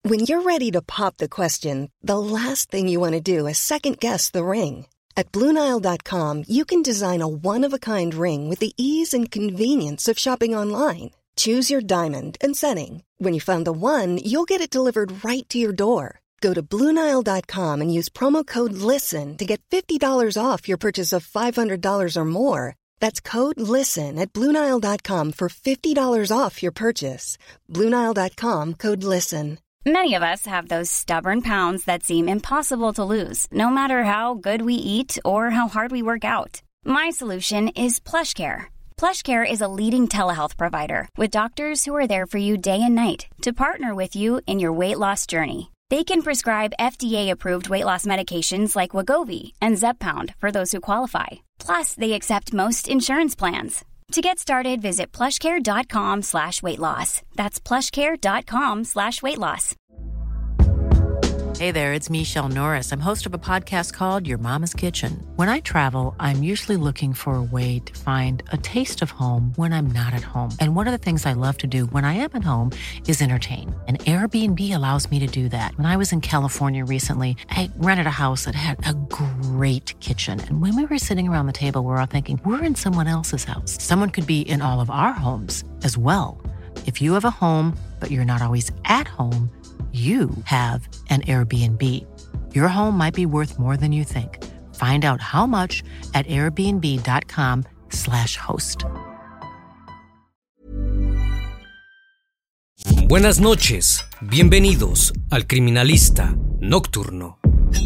When you're ready to pop the question, the last thing you want to do is second-guess the ring. At BlueNile.com, you can design a one-of-a-kind ring with the ease and convenience of shopping online. Choose your diamond and setting. When you find the one, you'll get it delivered right to your door. Go to BlueNile.com and use promo code LISTEN to get $50 off your purchase of $500 or more. That's code LISTEN at BlueNile.com for $50 off your purchase. BlueNile.com, code LISTEN. Many of us have those stubborn pounds that seem impossible to lose, no matter how good we eat or how hard we work out. My solution is PlushCare. PlushCare is a leading telehealth provider with doctors who are there for you day and night to partner with you in your weight loss journey. They can prescribe FDA-approved weight loss medications like Wegovy and Zepbound for those who qualify. Plus, they accept most insurance plans. To get started, visit plushcare.com/weightloss. That's plushcare.com/weightloss. Hey there, it's Michelle Norris. I'm host of a podcast called Your Mama's Kitchen. When I travel, I'm usually looking for a way to find a taste of home when I'm not at home. And one of the things I love to do when I am at home is entertain. And Airbnb allows me to do that. When I was in California recently, I rented a house that had a great kitchen. And when we were sitting around the table, we were all thinking, we're in someone else's house. Someone could be in all of our homes as well. If you have a home, but you're not always at home, you have an Airbnb. Your home might be worth more than you think. Find out how much at airbnb.com/host. Buenas noches, bienvenidos al Criminalista Nocturno.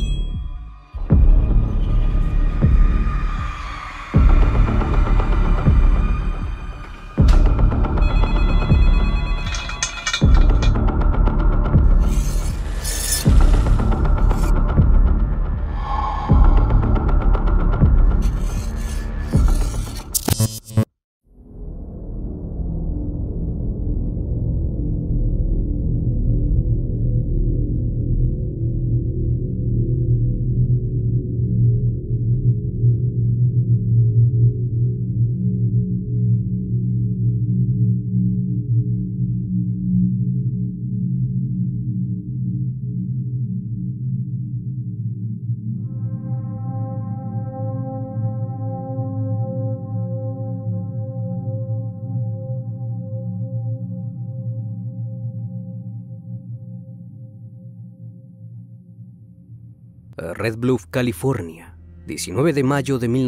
Red Bluff, California, 19 de mayo de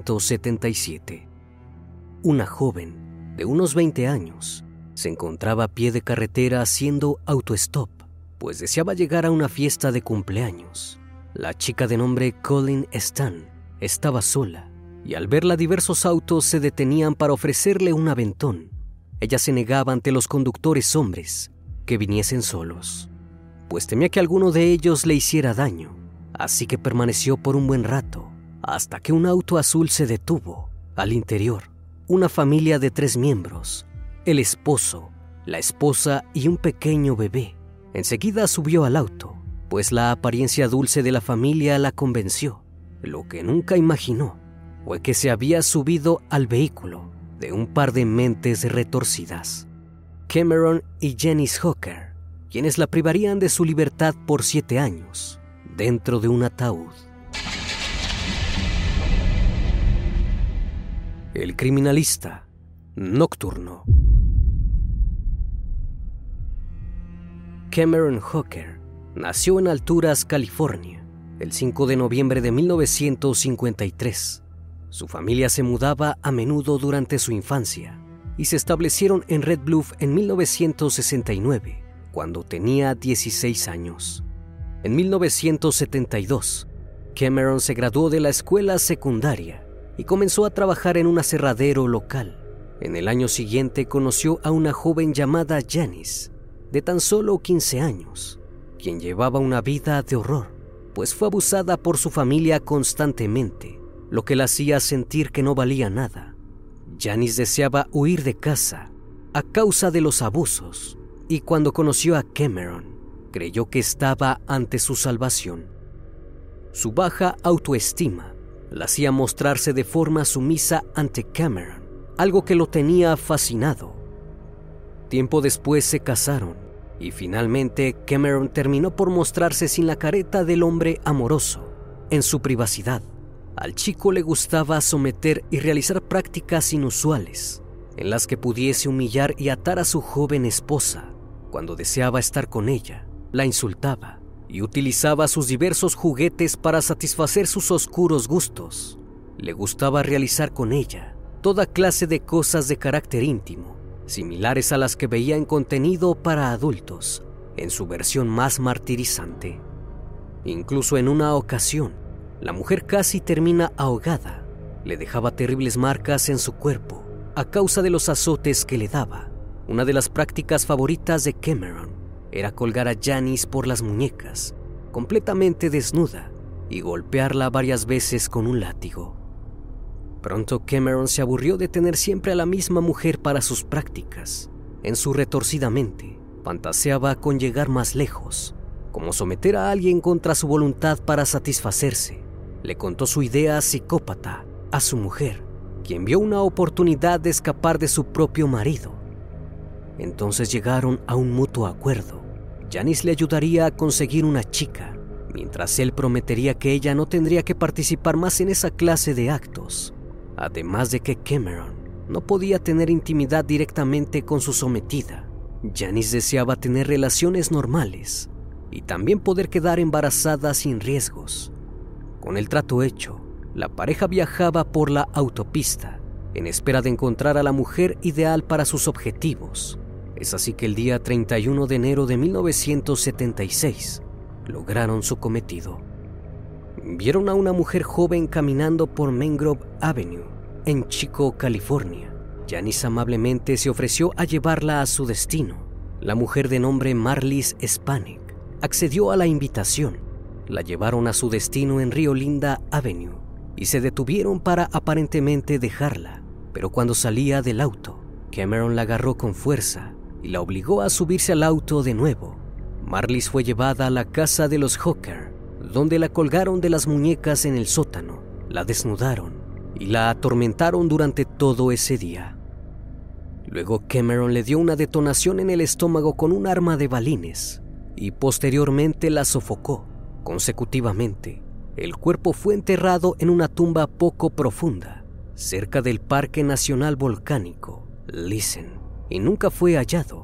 1977. Una joven de unos 20 años se encontraba a pie de carretera haciendo autostop, pues deseaba llegar a una fiesta de cumpleaños. La chica de nombre Colleen Stan estaba sola y al verla diversos autos se detenían para ofrecerle un aventón. Ella se negaba ante los conductores hombres que viniesen solos, pues temía que alguno de ellos le hiciera daño. Así que permaneció por un buen rato, hasta que un auto azul se detuvo. Al interior, una familia de 3 miembros, el esposo, la esposa y un pequeño bebé. Enseguida subió al auto, pues la apariencia dulce de la familia la convenció. Lo que nunca imaginó fue que se había subido al vehículo de un par de mentes retorcidas, Cameron y Janice Hooker, quienes la privarían de su libertad por 7 años. Dentro de un ataúd. El Criminalista Nocturno. Cameron Hooker nació en Alturas, California, el 5 de noviembre de 1953. Su familia se mudaba a menudo durante su infancia y se establecieron en Red Bluff en 1969, cuando tenía 16 años. En 1972, Cameron se graduó de la escuela secundaria y comenzó a trabajar en un aserradero local. En el año siguiente conoció a una joven llamada Janice, de tan solo 15 años, quien llevaba una vida de horror, pues fue abusada por su familia constantemente, lo que la hacía sentir que no valía nada. Janice deseaba huir de casa a causa de los abusos, y cuando conoció a Cameron, creyó que estaba ante su salvación. Su baja autoestima la hacía mostrarse de forma sumisa ante Cameron, algo que lo tenía fascinado. Tiempo después se casaron Y finalmente, Cameron terminó por mostrarse sin la careta del hombre amoroso, en su privacidad. Al chico le gustaba someter y realizar prácticas inusuales, en las que pudiese humillar y atar a su joven esposa. Cuando deseaba estar con ella, la insultaba y utilizaba sus diversos juguetes para satisfacer sus oscuros gustos. Le gustaba realizar con ella toda clase de cosas de carácter íntimo, similares a las que veía en contenido para adultos, en su versión más martirizante. Incluso en una ocasión, la mujer casi termina ahogada. Le dejaba terribles marcas en su cuerpo a causa de los azotes que le daba. Una de las prácticas favoritas de Cameron era colgar a Janice por las muñecas, completamente desnuda, y golpearla varias veces con un látigo. Pronto Cameron se aburrió de tener siempre a la misma mujer para sus prácticas. En su retorcida mente, fantaseaba con llegar más lejos, como someter a alguien contra su voluntad para satisfacerse. Le contó su idea psicópata a su mujer, quien vio una oportunidad de escapar de su propio marido. Entonces llegaron a un mutuo acuerdo. Janice le ayudaría a conseguir una chica, mientras él prometería que ella no tendría que participar más en esa clase de actos. Además de que Cameron no podía tener intimidad directamente con su sometida. Janice deseaba tener relaciones normales y también poder quedar embarazada sin riesgos. Con el trato hecho, la pareja viajaba por la autopista en espera de encontrar a la mujer ideal para sus objetivos. Es así que el día 31 de enero de 1976 lograron su cometido. Vieron a una mujer joven caminando por Mangrove Avenue, en Chico, California. Janice amablemente se ofreció a llevarla a su destino. La mujer de nombre Marlis Spanik accedió a la invitación. La llevaron a su destino en Rio Linda Avenue y se detuvieron para aparentemente dejarla. Pero cuando salía del auto, Cameron la agarró con fuerza y la obligó a subirse al auto de nuevo. Marlis fue llevada a la casa de los Hooker, donde la colgaron de las muñecas en el sótano, la desnudaron y la atormentaron durante todo ese día. Luego Cameron le dio una detonación en el estómago con un arma de balines y posteriormente la sofocó consecutivamente. El cuerpo fue enterrado en una tumba poco profunda, cerca del Parque Nacional Volcánico Listen, y nunca fue hallado.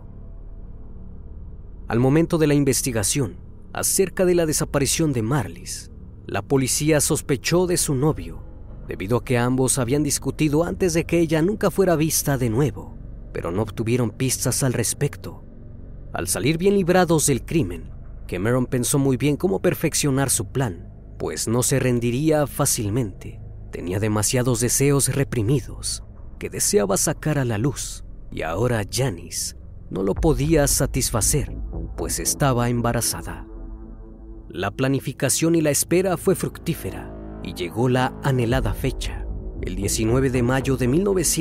Al momento de la investigación acerca de la desaparición de Marlis, la policía sospechó de su novio, debido a que ambos habían discutido antes de que ella nunca fuera vista de nuevo, pero no obtuvieron pistas al respecto. Al salir bien librados del crimen, Cameron pensó muy bien cómo perfeccionar su plan, pues no se rendiría fácilmente. Tenía demasiados deseos reprimidos que deseaba sacar a la luz, y ahora Janice no lo podía satisfacer, pues estaba embarazada. La planificación y la espera fue fructífera y llegó la anhelada fecha. El 19 de mayo de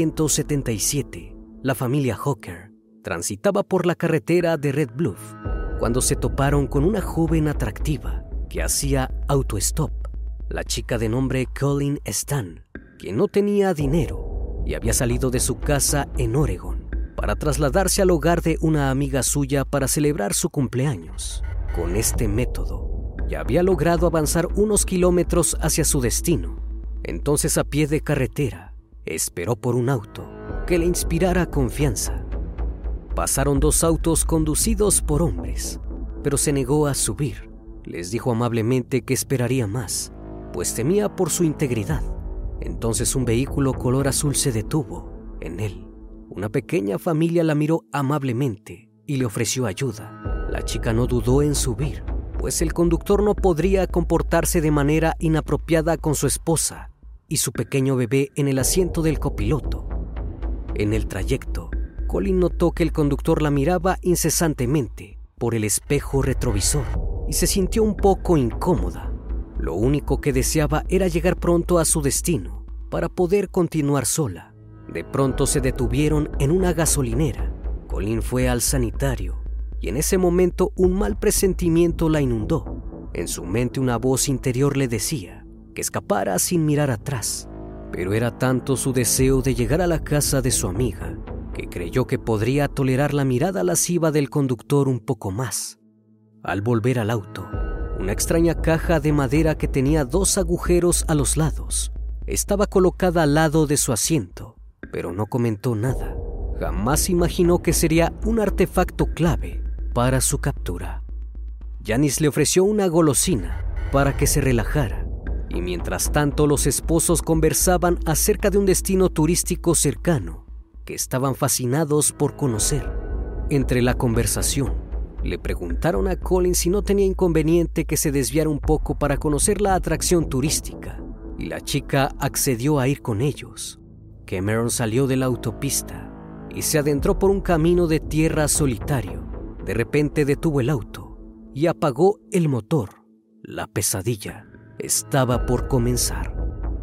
1977, la familia Hooker transitaba por la carretera de Red Bluff cuando se toparon con una joven atractiva que hacía autostop. La chica de nombre Colleen Stan, que no tenía dinero y había salido de su casa en Oregon para trasladarse al hogar de una amiga suya para celebrar su cumpleaños. Con este método, ya había logrado avanzar unos kilómetros hacia su destino. Entonces, a pie de carretera, esperó por un auto que le inspirara confianza. Pasaron 2 autos conducidos por hombres, pero se negó a subir. Les dijo amablemente que esperaría más, pues temía por su integridad. Entonces un vehículo color azul se detuvo. En él, una pequeña familia la miró amablemente y le ofreció ayuda. La chica no dudó en subir, pues el conductor no podría comportarse de manera inapropiada con su esposa y su pequeño bebé en el asiento del copiloto. En el trayecto, Colleen notó que el conductor la miraba incesantemente por el espejo retrovisor y se sintió un poco incómoda. Lo único que deseaba era llegar pronto a su destino para poder continuar sola. De pronto se detuvieron en una gasolinera. Colleen fue al sanitario y en ese momento un mal presentimiento la inundó. En su mente una voz interior le decía que escapara sin mirar atrás, pero era tanto su deseo de llegar a la casa de su amiga que creyó que podría tolerar la mirada lasciva del conductor un poco más. Al volver al auto, una extraña caja de madera que tenía 2 agujeros a los lados estaba colocada al lado de su asiento, pero no comentó nada. Jamás imaginó que sería un artefacto clave para su captura. Janice le ofreció una golosina para que se relajara, y mientras tanto los esposos conversaban acerca de un destino turístico cercano que estaban fascinados por conocer. Entre la conversación, le preguntaron a Colin si no tenía inconveniente que se desviara un poco para conocer la atracción turística, y la chica accedió a ir con ellos. Cameron salió de la autopista y se adentró por un camino de tierra solitario. De repente detuvo el auto y apagó el motor. La pesadilla estaba por comenzar.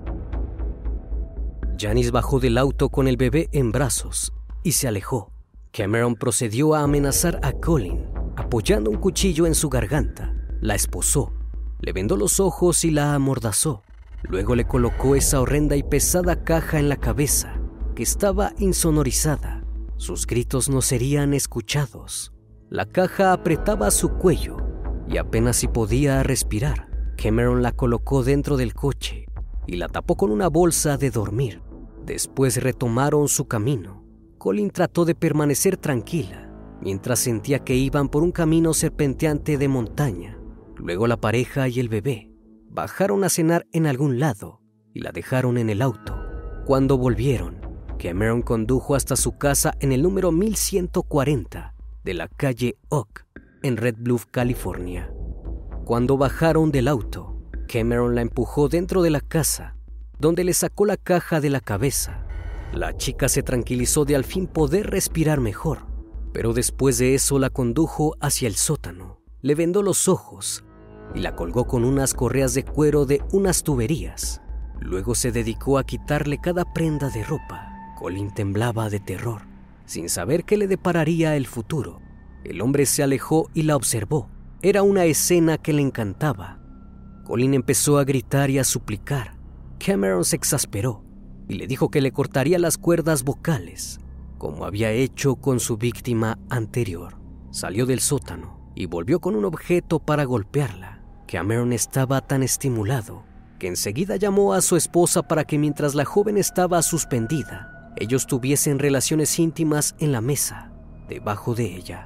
Janice bajó del auto con el bebé en brazos y se alejó. Cameron procedió a amenazar a Colin, apoyando un cuchillo en su garganta. La esposó, le vendó los ojos y la amordazó. Luego le colocó esa horrenda y pesada caja en la cabeza, que estaba insonorizada. Sus gritos no serían escuchados. La caja apretaba su cuello y apenas si podía respirar. Cameron la colocó dentro del coche y la tapó con una bolsa de dormir. Después retomaron su camino. Colin trató de permanecer tranquila mientras sentía que iban por un camino serpenteante de montaña. Luego la pareja y el bebé bajaron a cenar en algún lado y la dejaron en el auto. Cuando volvieron, Cameron condujo hasta su casa en el número 1140 de la calle Oak, en Red Bluff, California. Cuando bajaron del auto, Cameron la empujó dentro de la casa, donde le sacó la caja de la cabeza. La chica se tranquilizó de al fin poder respirar mejor, pero después de eso la condujo hacia el sótano, le vendó los ojos y la colgó con unas correas de cuero de unas tuberías. Luego se dedicó a quitarle cada prenda de ropa. Colin temblaba de terror, sin saber qué le depararía el futuro. El hombre se alejó y la observó. Era una escena que le encantaba. Colin empezó a gritar y a suplicar. Cameron se exasperó y le dijo que le cortaría las cuerdas vocales, como había hecho con su víctima anterior. Salió del sótano y volvió con un objeto para golpearla. Cameron estaba tan estimulado que enseguida llamó a su esposa para que mientras la joven estaba suspendida, ellos tuviesen relaciones íntimas en la mesa, debajo de ella.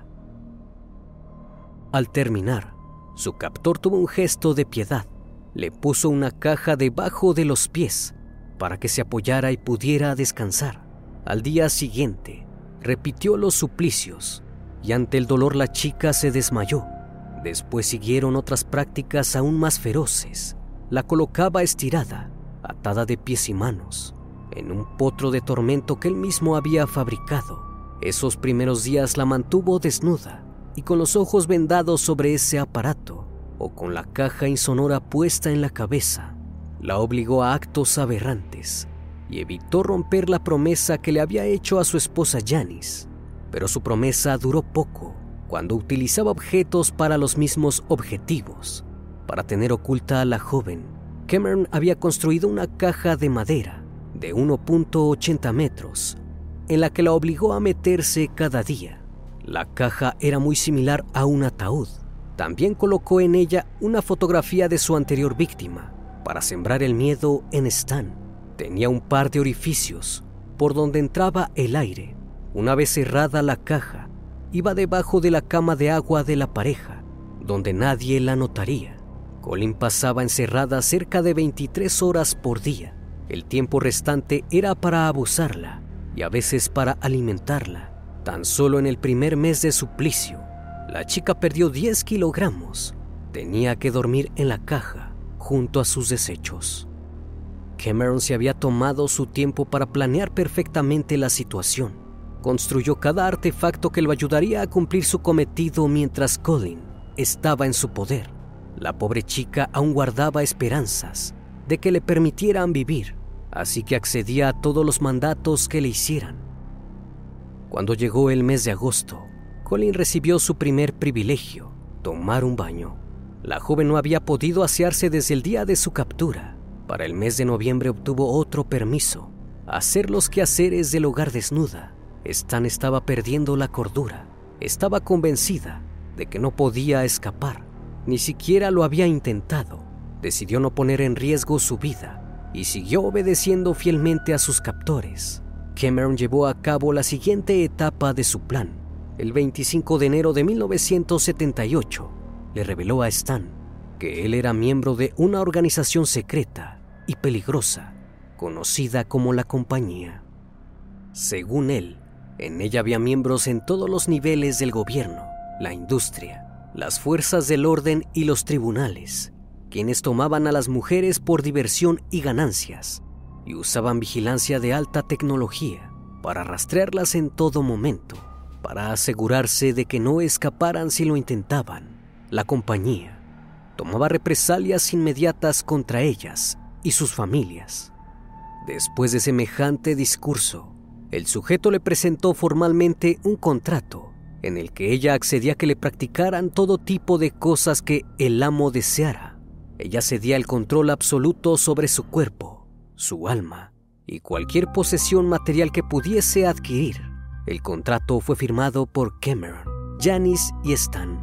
Al terminar, su captor tuvo un gesto de piedad. Le puso una caja debajo de los pies para que se apoyara y pudiera descansar. Al día siguiente, repitió los suplicios y ante el dolor la chica se desmayó. Después siguieron otras prácticas aún más feroces. La colocaba estirada, atada de pies y manos, en un potro de tormento que él mismo había fabricado. Esos primeros días la mantuvo desnuda y con los ojos vendados sobre ese aparato, o con la caja insonora puesta en la cabeza. La obligó a actos aberrantes y evitó romper la promesa que le había hecho a su esposa Janice. Pero su promesa duró poco cuando utilizaba objetos para los mismos objetivos. Para tener oculta a la joven, Cameron había construido una caja de madera de 1.80 metros en la que la obligó a meterse cada día. La caja era muy similar a un ataúd. También colocó en ella una fotografía de su anterior víctima para sembrar el miedo en Stan. Tenía un par de orificios por donde entraba el aire. Una vez cerrada la caja, iba debajo de la cama de agua de la pareja, donde nadie la notaría. Colin pasaba encerrada cerca de 23 horas por día. El tiempo restante era para abusarla y a veces para alimentarla. Tan solo en el primer mes de suplicio, la chica perdió 10 kilogramos. Tenía que dormir en la caja junto a sus desechos. Cameron se había tomado su tiempo para planear perfectamente la situación. Construyó cada artefacto que lo ayudaría a cumplir su cometido mientras Colin estaba en su poder. La pobre chica aún guardaba esperanzas de que le permitieran vivir, así que accedía a todos los mandatos que le hicieran. Cuando llegó el mes de agosto, Colin recibió su primer privilegio, tomar un baño. La joven no había podido asearse desde el día de su captura. Para el mes de noviembre obtuvo otro permiso, hacer los quehaceres del hogar desnuda. Stan estaba perdiendo la cordura. Estaba convencida de que no podía escapar. Ni siquiera lo había intentado. Decidió no poner en riesgo su vida y siguió obedeciendo fielmente a sus captores. Cameron llevó a cabo la siguiente etapa de su plan. El 25 de enero de 1978, le reveló a Stan que él era miembro de una organización secreta y peligrosa, conocida como la Compañía. Según él, en ella había miembros en todos los niveles del gobierno, la industria, las fuerzas del orden y los tribunales, quienes tomaban a las mujeres por diversión y ganancias, y usaban vigilancia de alta tecnología para rastrearlas en todo momento, para asegurarse de que no escaparan si lo intentaban. La Compañía tomaba represalias inmediatas contra ellas y sus familias. Después de semejante discurso, el sujeto le presentó formalmente un contrato en el que ella accedía a que le practicaran todo tipo de cosas que el amo deseara. Ella cedía el control absoluto sobre su cuerpo, su alma y cualquier posesión material que pudiese adquirir. El contrato fue firmado por Cameron, Janice y Stan.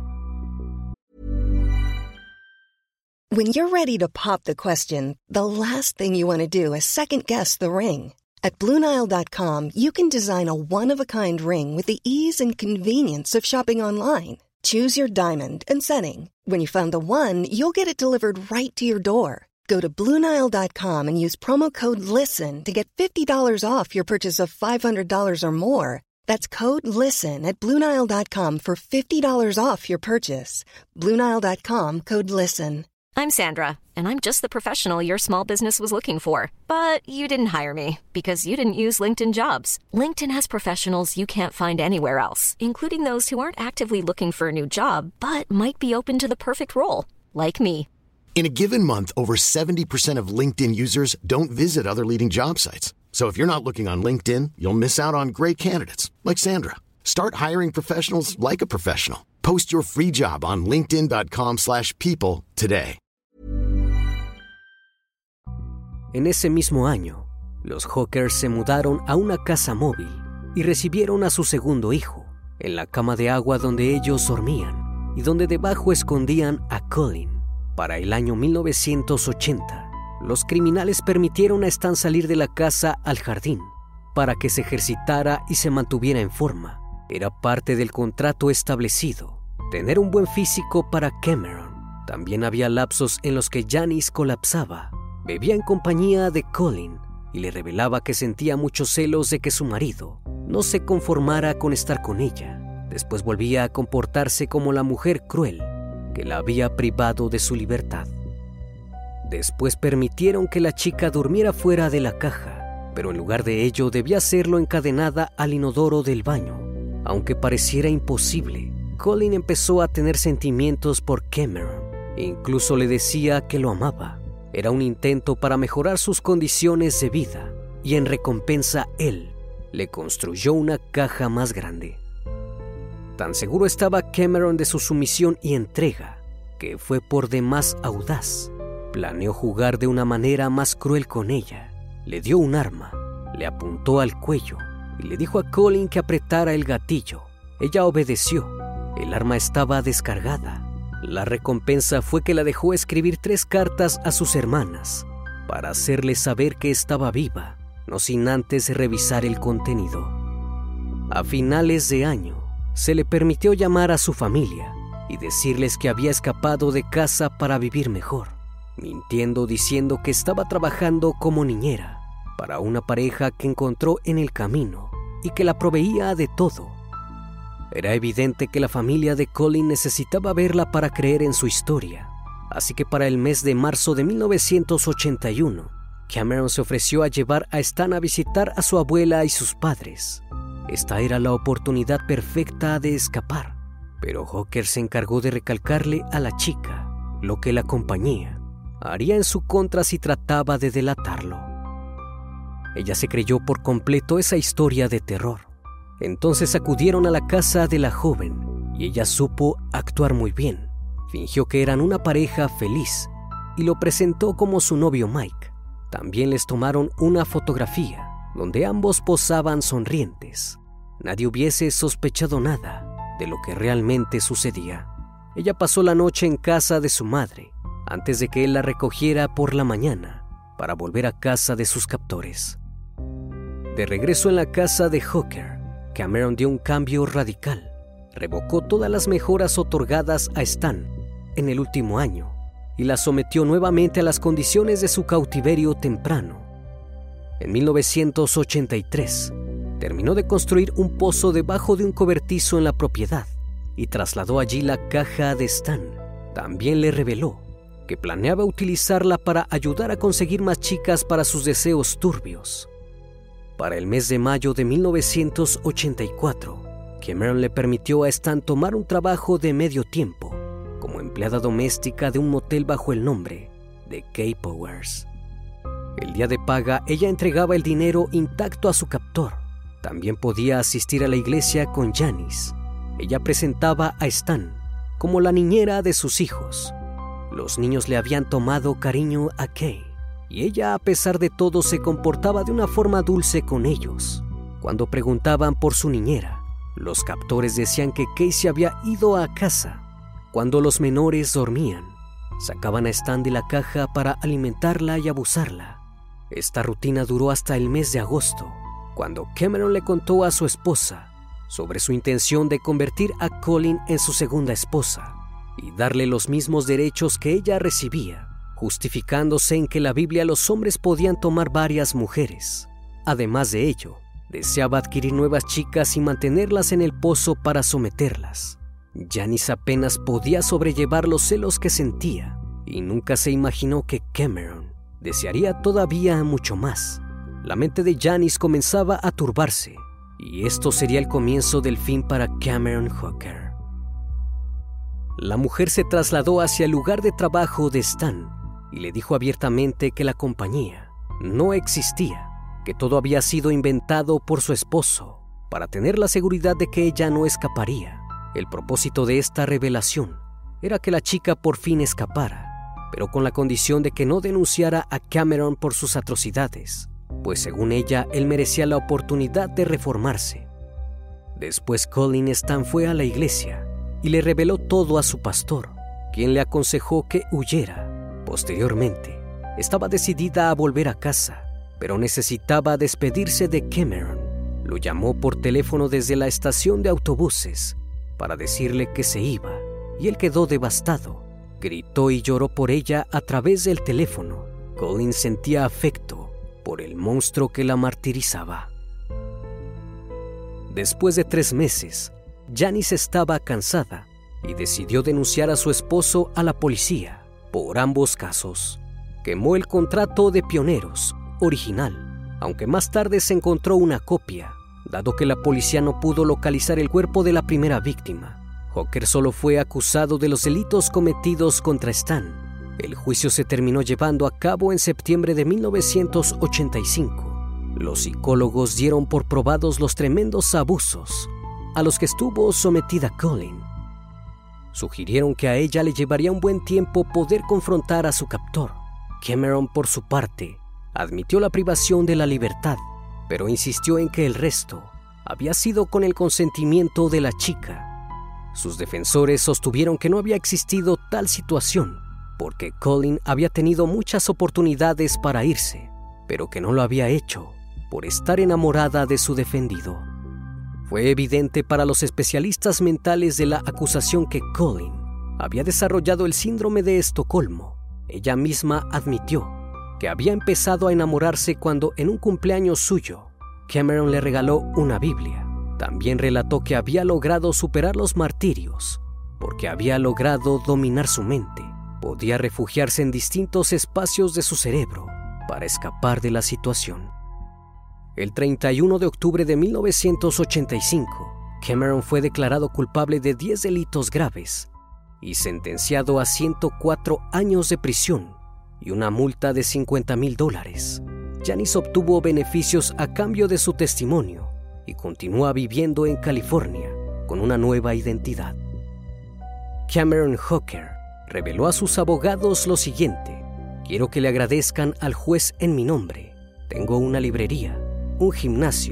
When you're ready to pop the question, the last thing you want to do is second-guess the ring. At BlueNile.com, you can design a one-of-a-kind ring with the ease and convenience of shopping online. Choose your diamond and setting. When you find the one, you'll get it delivered right to your door. Go to BlueNile.com and use promo code LISTEN to get $50 off your purchase of $500 or more. That's code LISTEN at BlueNile.com for $50 off your purchase. BlueNile.com, code LISTEN. I'm Sandra, and I'm just the professional your small business was looking for. But you didn't hire me because you didn't use LinkedIn Jobs. LinkedIn has professionals you can't find anywhere else, including those who aren't actively looking for a new job, but might be open to the perfect role, like me. In a given month, over 70% of LinkedIn users don't visit other leading job sites. So if you're not looking on LinkedIn, you'll miss out on great candidates like Sandra. Start hiring professionals like a professional. Post your free job on linkedin.com/people today. En ese mismo año, los Hawkers se mudaron a una casa móvil y recibieron a su segundo hijo en la cama de agua donde ellos dormían y donde debajo escondían a Colin. Para el año 1980, los criminales permitieron a Stan salir de la casa al jardín para que se ejercitara y se mantuviera en forma. Era parte del contrato establecido, tener un buen físico para Cameron. También había lapsos en los que Janice colapsaba, bebía en compañía de Colin y le revelaba que sentía muchos celos de que su marido no se conformara con estar con ella. Después volvía a comportarse como la mujer cruel que la había privado de su libertad. Después permitieron que la chica durmiera fuera de la caja, pero en lugar de ello debía hacerlo encadenada al inodoro del baño. Aunque pareciera imposible, Colin empezó a tener sentimientos por Cameron e incluso le decía que lo amaba. Era un intento para mejorar sus condiciones de vida y en recompensa él le construyó una caja más grande. Tan seguro estaba Cameron de su sumisión y entrega que fue por demás audaz. Planeó jugar de una manera más cruel con ella. Le dio un arma, le apuntó al cuello y le dijo a Colin que apretara el gatillo. Ella obedeció. El arma estaba descargada. La recompensa fue que la dejó escribir 3 cartas a sus hermanas para hacerles saber que estaba viva, no sin antes revisar el contenido. A finales de año, se le permitió llamar a su familia y decirles que había escapado de casa para vivir mejor, mintiendo diciendo que estaba trabajando como niñera para una pareja que encontró en el camino y que la proveía de todo. Era evidente que la familia de Colin necesitaba verla para creer en su historia, así que para el mes de marzo de 1981, Cameron se ofreció a llevar a Stan a visitar a su abuela y sus padres. Esta era la oportunidad perfecta de escapar, pero Hawker se encargó de recalcarle a la chica lo que la compañía haría en su contra si trataba de delatarlo. Ella se creyó por completo esa historia de terror. Entonces acudieron a la casa de la joven y ella supo actuar muy bien. Fingió que eran una pareja feliz y lo presentó como su novio Mike. También les tomaron una fotografía donde ambos posaban sonrientes. nadie hubiese sospechado nada de lo que realmente sucedía. Ella pasó la noche en casa de su madre antes de que él la recogiera por la mañana para volver a casa de sus captores. De regreso en la casa de Hooker, Cameron dio un cambio radical. Revocó todas las mejoras otorgadas a Stan en el último año y la sometió nuevamente a las condiciones de su cautiverio temprano. En 1983, terminó de construir un pozo debajo de un cobertizo en la propiedad y trasladó allí la caja de Stan. También le reveló que planeaba utilizarla para ayudar a conseguir más chicas para sus deseos turbios. Para el mes de mayo de 1984, Cameron le permitió a Stan tomar un trabajo de medio tiempo como empleada doméstica de un motel bajo el nombre de Kay Powers. El día de paga, ella entregaba el dinero intacto a su captor. También podía asistir a la iglesia con Janice. Ella presentaba a Stan como la niñera de sus hijos. Los niños le habían tomado cariño a Kay, y ella, a pesar de todo, se comportaba de una forma dulce con ellos. Cuando preguntaban por su niñera, los captores decían que Kay se había ido a casa. Cuando los menores dormían, sacaban a Stan de la caja para alimentarla y abusarla. Esta rutina duró hasta el mes de agosto, cuando Cameron le contó a su esposa sobre su intención de convertir a Colleen en su segunda esposa y darle los mismos derechos que ella recibía, justificándose en que en la Biblia los hombres podían tomar varias mujeres. Además de ello, deseaba adquirir nuevas chicas y mantenerlas en el pozo para someterlas. Janice apenas podía sobrellevar los celos que sentía y nunca se imaginó que Cameron desearía todavía mucho más. La mente de Janice comenzaba a turbarse y esto sería el comienzo del fin para Cameron Hooker. La mujer se trasladó hacia el lugar de trabajo de Stan y le dijo abiertamente que la compañía no existía, que todo había sido inventado por su esposo para tener la seguridad de que ella no escaparía. El propósito de esta revelación era que la chica por fin escapara, pero con la condición de que no denunciara a Cameron por sus atrocidades, pues según ella, él merecía la oportunidad de reformarse. Después Colleen Stan fue a la iglesia y le reveló todo a su pastor, quien le aconsejó que huyera. Posteriormente, estaba decidida a volver a casa, pero necesitaba despedirse de Cameron. Lo llamó por teléfono desde la estación de autobuses para decirle que se iba, y él quedó devastado. Gritó y lloró por ella a través del teléfono. Colleen sentía afecto por el monstruo que la martirizaba. Después de 3 meses, Janice estaba cansada y decidió denunciar a su esposo a la policía por ambos casos. Quemó el contrato de pioneros original, aunque más tarde se encontró una copia, dado que la policía no pudo localizar el cuerpo de la primera víctima. Hooker solo fue acusado de los delitos cometidos contra Stan. El juicio se terminó llevando a cabo en septiembre de 1985. Los psicólogos dieron por probados los tremendos abusos a los que estuvo sometida Colleen. Sugirieron que a ella le llevaría un buen tiempo poder confrontar a su captor. Cameron, por su parte, admitió la privación de la libertad, pero insistió en que el resto había sido con el consentimiento de la chica. Sus defensores sostuvieron que no había existido tal situación, porque Colleen había tenido muchas oportunidades para irse, pero que no lo había hecho por estar enamorada de su defendido. Fue evidente para los especialistas mentales de la acusación que Colleen había desarrollado el síndrome de Estocolmo. Ella misma admitió que había empezado a enamorarse cuando en un cumpleaños suyo, Cameron le regaló una Biblia. También relató que había logrado superar los martirios porque había logrado dominar su mente. Podía refugiarse en distintos espacios de su cerebro para escapar de la situación. El 31 de octubre de 1985, Cameron fue declarado culpable de 10 delitos graves y sentenciado a 104 años de prisión y una multa de $50,000. Janice obtuvo beneficios a cambio de su testimonio y continúa viviendo en California con una nueva identidad. Cameron Hooker reveló a sus abogados lo siguiente: quiero que le agradezcan al juez en mi nombre. Tengo una librería, un gimnasio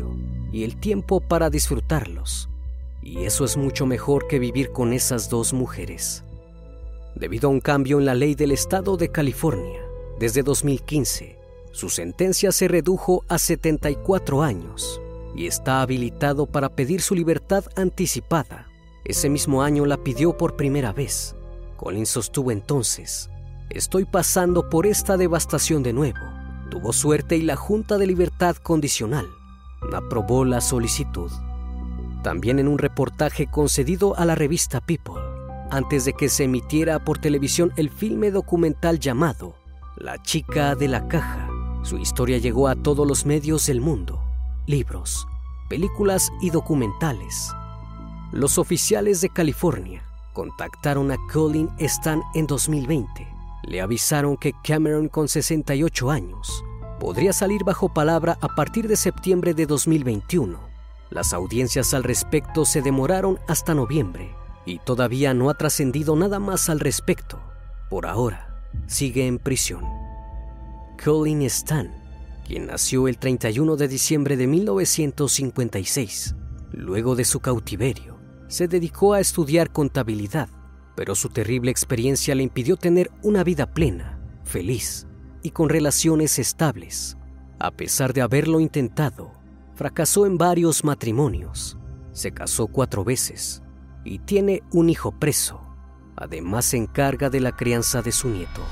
y el tiempo para disfrutarlos. Y eso es mucho mejor que vivir con esas dos mujeres. Debido a un cambio en la ley del estado de California, desde 2015, su sentencia se redujo a 74 años y está habilitado para pedir su libertad anticipada. Ese mismo año la pidió por primera vez. Collins sostuvo entonces: «Estoy pasando por esta devastación de nuevo». Tuvo suerte y la Junta de Libertad Condicional aprobó la solicitud. También en un reportaje concedido a la revista People, antes de que se emitiera por televisión el filme documental llamado La chica de la caja, su historia llegó a todos los medios del mundo, libros, películas y documentales. Los oficiales de California contactaron a Colin Stan en 2020. Le avisaron que Cameron, con 68 años, podría salir bajo palabra a partir de septiembre de 2021. Las audiencias al respecto se demoraron hasta noviembre y todavía no ha trascendido nada más al respecto. Por ahora, sigue en prisión. Colin Stan, quien nació el 31 de diciembre de 1956, luego de su cautiverio, se dedicó a estudiar contabilidad, pero su terrible experiencia le impidió tener una vida plena, feliz y con relaciones estables. A pesar de haberlo intentado, fracasó en varios matrimonios, se casó 4 veces y tiene un hijo preso. Además, se encarga de la crianza de su nieto.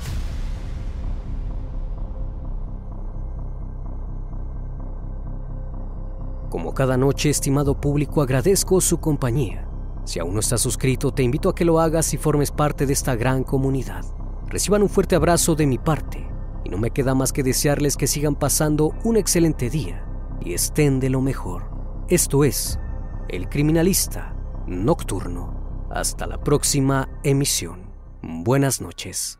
Como cada noche, estimado público, agradezco su compañía. Si aún no estás suscrito, te invito a que lo hagas y formes parte de esta gran comunidad. Reciban un fuerte abrazo de mi parte y no me queda más que desearles que sigan pasando un excelente día y estén de lo mejor. Esto es El Criminalista Nocturno. Hasta la próxima emisión. Buenas noches.